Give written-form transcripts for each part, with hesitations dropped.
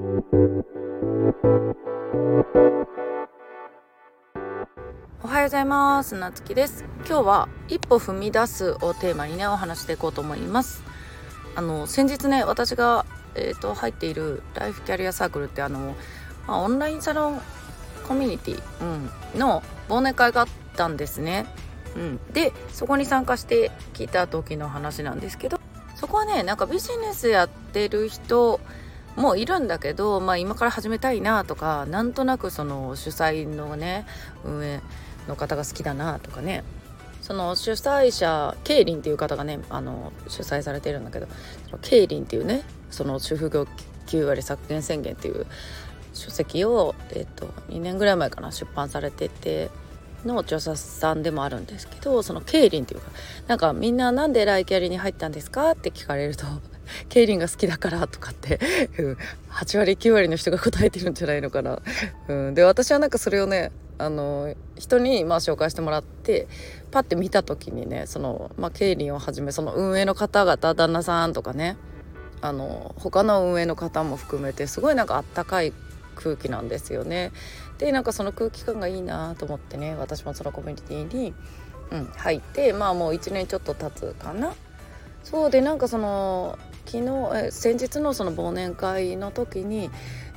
おはようございます。なつきです。今日は一歩踏み出すをテーマにねお話していこうと思います。先日ね私が、入っているライフキャリアサークルってオンラインサロンコミュニティ、の忘年会があったんですね。でそこに参加してきた時の話なんですけど、そこはねなんかビジネスやってる人もいるんだけど、今から始めたいなとか、なんとなくその主催のね運営の方が好きだなとかね、その主催者ケイリンっていう方がね主催されているんだけど、ケイリンっていうねその主婦業9割削減宣言っていう書籍を、2年ぐらい前かな出版されてての著者さんでもあるんですけど、そのケイリンっていうかなんかみんななんでライキャリに入ったんですかって聞かれるとケイリンが好きだからとかって8割9割の人が答えてるんじゃないのかな。で私はなんかそれをね人に紹介してもらってパッて見た時にねケイリンをはじめその運営の方々旦那さんとかね他の運営の方も含めてすごいなんかあったかい空気なんですよね。でなんかその空気感がいいなと思ってね、私もそのコミュニティに、入ってもう1年ちょっと経つかな。そうでなんかその先日のその忘年会の時に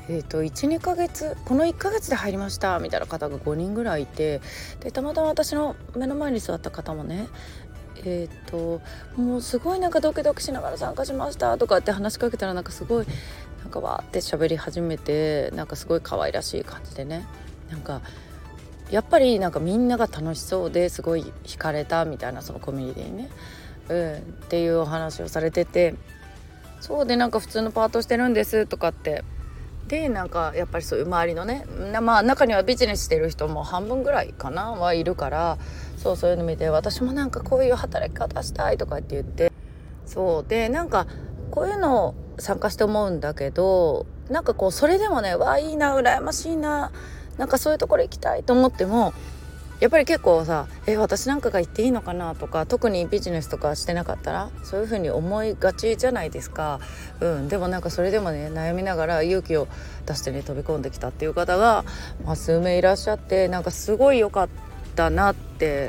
1,2 ヶ月この1ヶ月で入りましたみたいな方が5人ぐらいいて、でたまたま私の目の前に座った方もねもうすごいなんかドキドキしながら参加しましたとかって話しかけたらなんかすごいなんかわーって喋り始めて、なんかすごい可愛らしい感じでね、なんかやっぱりなんかみんなが楽しそうですごい惹かれたみたいな、そのコミュニティにね、っていうお話をされてて、そうでなんか普通のパートしてるんですとかってでなんかやっぱりそういう周りのね中にはビジネスしてる人も半分ぐらいかなはいるから、そういうの見て私もなんかこういう働き方したいとかって言って、そうでなんかこういうのを参加して思うんだけど、なんかこうそれでもねいいな羨ましいな、なんかそういうところ行きたいと思ってもやっぱり結構さ私なんかが行っていいのかなとか、特にビジネスとかしてなかったらそういう風に思いがちじゃないですか。でもなんかそれでもね悩みながら勇気を出してね飛び込んできたっていう方が、数名いらっしゃって、なんかすごい良かったなって、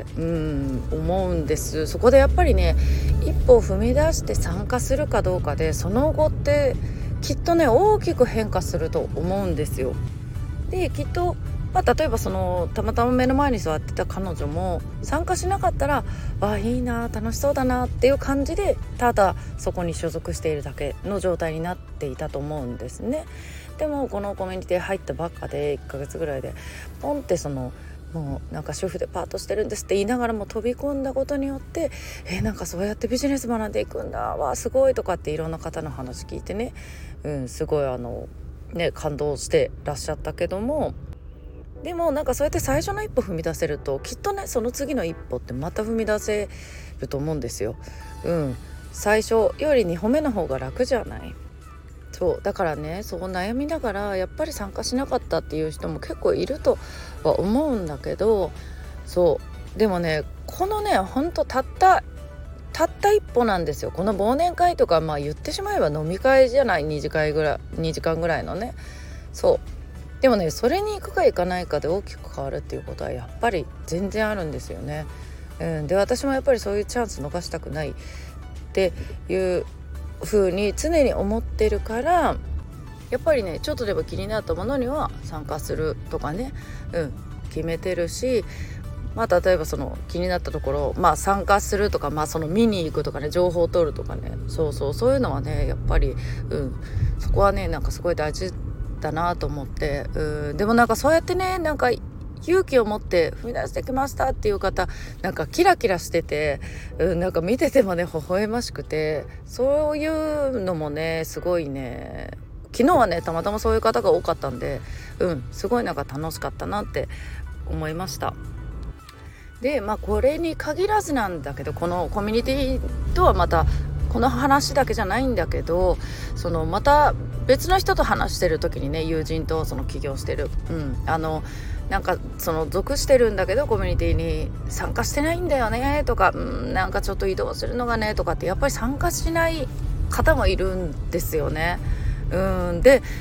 思うんです。そこでやっぱりね一歩踏み出して参加するかどうかでその後ってきっとね大きく変化すると思うんですよ。できっと例えばそのたまたま目の前に座ってた彼女も参加しなかったらいいな楽しそうだなっていう感じでただそこに所属しているだけの状態になっていたと思うんですね。でもこのコミュニティ入ったばっかで1ヶ月ぐらいでポンってもうなんか主婦でパートしてるんですって言いながらも飛び込んだことによってなんかそうやってビジネス学んでいくんだすごいとかっていろんな方の話聞いてね、すごい感動してらっしゃったけども、でもなんかそうやって最初の一歩踏み出せるときっとねその次の一歩ってまた踏み出せると思うんですよ。最初より2歩目の方が楽じゃない。そうだからねそう悩みながらやっぱり参加しなかったっていう人も結構いるとは思うんだけど、そうでもねこのねほんとたった一歩なんですよ。この忘年会とか言ってしまえば飲み会じゃない、2時間ぐらいのね。でもねそれに行くか行かないかで大きく変わるっていうことはやっぱり全然あるんですよね。で私もやっぱりそういうチャンス逃したくないっていう風に常に思ってるから、やっぱりねちょっとでも気になったものには参加するとかね、決めてるし、例えばその気になったところ、参加するとか、その見に行くとかね、情報を取るとかね、そういうのはねやっぱり、そこはねなんかすごい大事だなと思って、でもなんかそうやってねなんか勇気を持って踏み出してきましたっていう方なんかキラキラしてて、なんか見ててもね微笑ましくて、そういうのもねすごいね、昨日はねたまたまそういう方が多かったんで、すごいなんか楽しかったなって思いました。でこれに限らずなんだけど、このコミュニティとはまたこの話だけじゃないんだけど、また別の人と話してる時にね、友人と起業してる、なんか属してるんだけどコミュニティに参加してないんだよねとか、なんかちょっと移動するのがねとかってやっぱり参加しない方もいるんですよね。で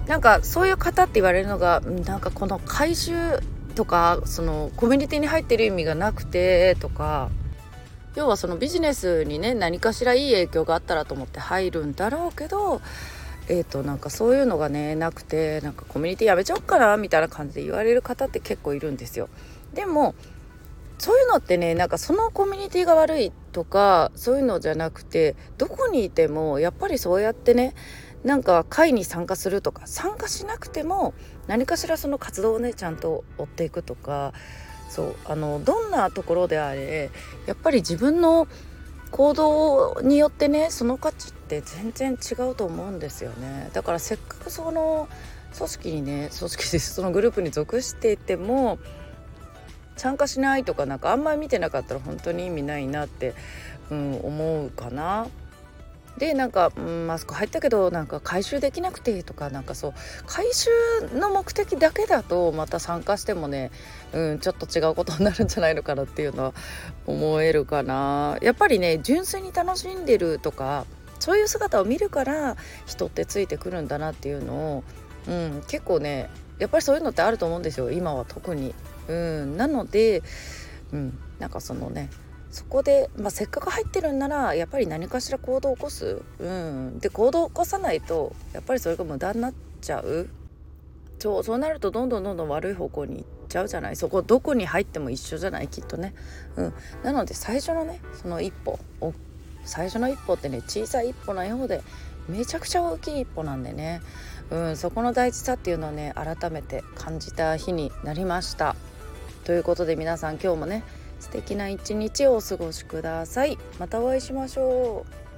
なんかそういう方って言われるのが、なんかこの回収とかそのコミュニティに入ってる意味がなくてとか、要はそのビジネスにね何かしらいい影響があったらと思って入るんだろうけど、なんかそういうのがねなくて、なんかコミュニティやめちゃおっかなみたいな感じで言われる方って結構いるんですよ。でもそういうのってね、なんかそのコミュニティが悪いとかそういうのじゃなくて、どこにいてもやっぱりそうやってね、なんか会に参加するとか、参加しなくても何かしらその活動をねちゃんと追っていくとか、そうどんなところであれやっぱり自分の行動によってねその価値って全然違うと思うんですよね。だからせっかくその組織でそのグループに属していても参加しないとか、なんかあんまり見てなかったら本当に意味ないなって、思うかな。でなんか、あそこ入ったけどなんか回収できなくてとか、なんかそう回収の目的だけだとまた参加してもね、ちょっと違うことになるんじゃないのかなっていうのは思えるかな。やっぱりね純粋に楽しんでるとかそういう姿を見るから人ってついてくるんだなっていうのを、結構ねやっぱりそういうのってあると思うんですよ、今は特に。なので、なんかそのねそこで、せっかく入ってるんならやっぱり何かしら行動を起こす、で行動を起こさないとやっぱりそれが無駄になっちゃう。そうなるとどんどん悪い方向に行っちゃうじゃない。そこどこに入っても一緒じゃない、きっとね。なので最初のねその最初の一歩ってね小さい一歩のようでめちゃくちゃ大きい一歩なんでね、そこの大事さっていうのをね改めて感じた日になりました。ということで皆さん今日もね素敵な一日をお過ごしください。またお会いしましょう。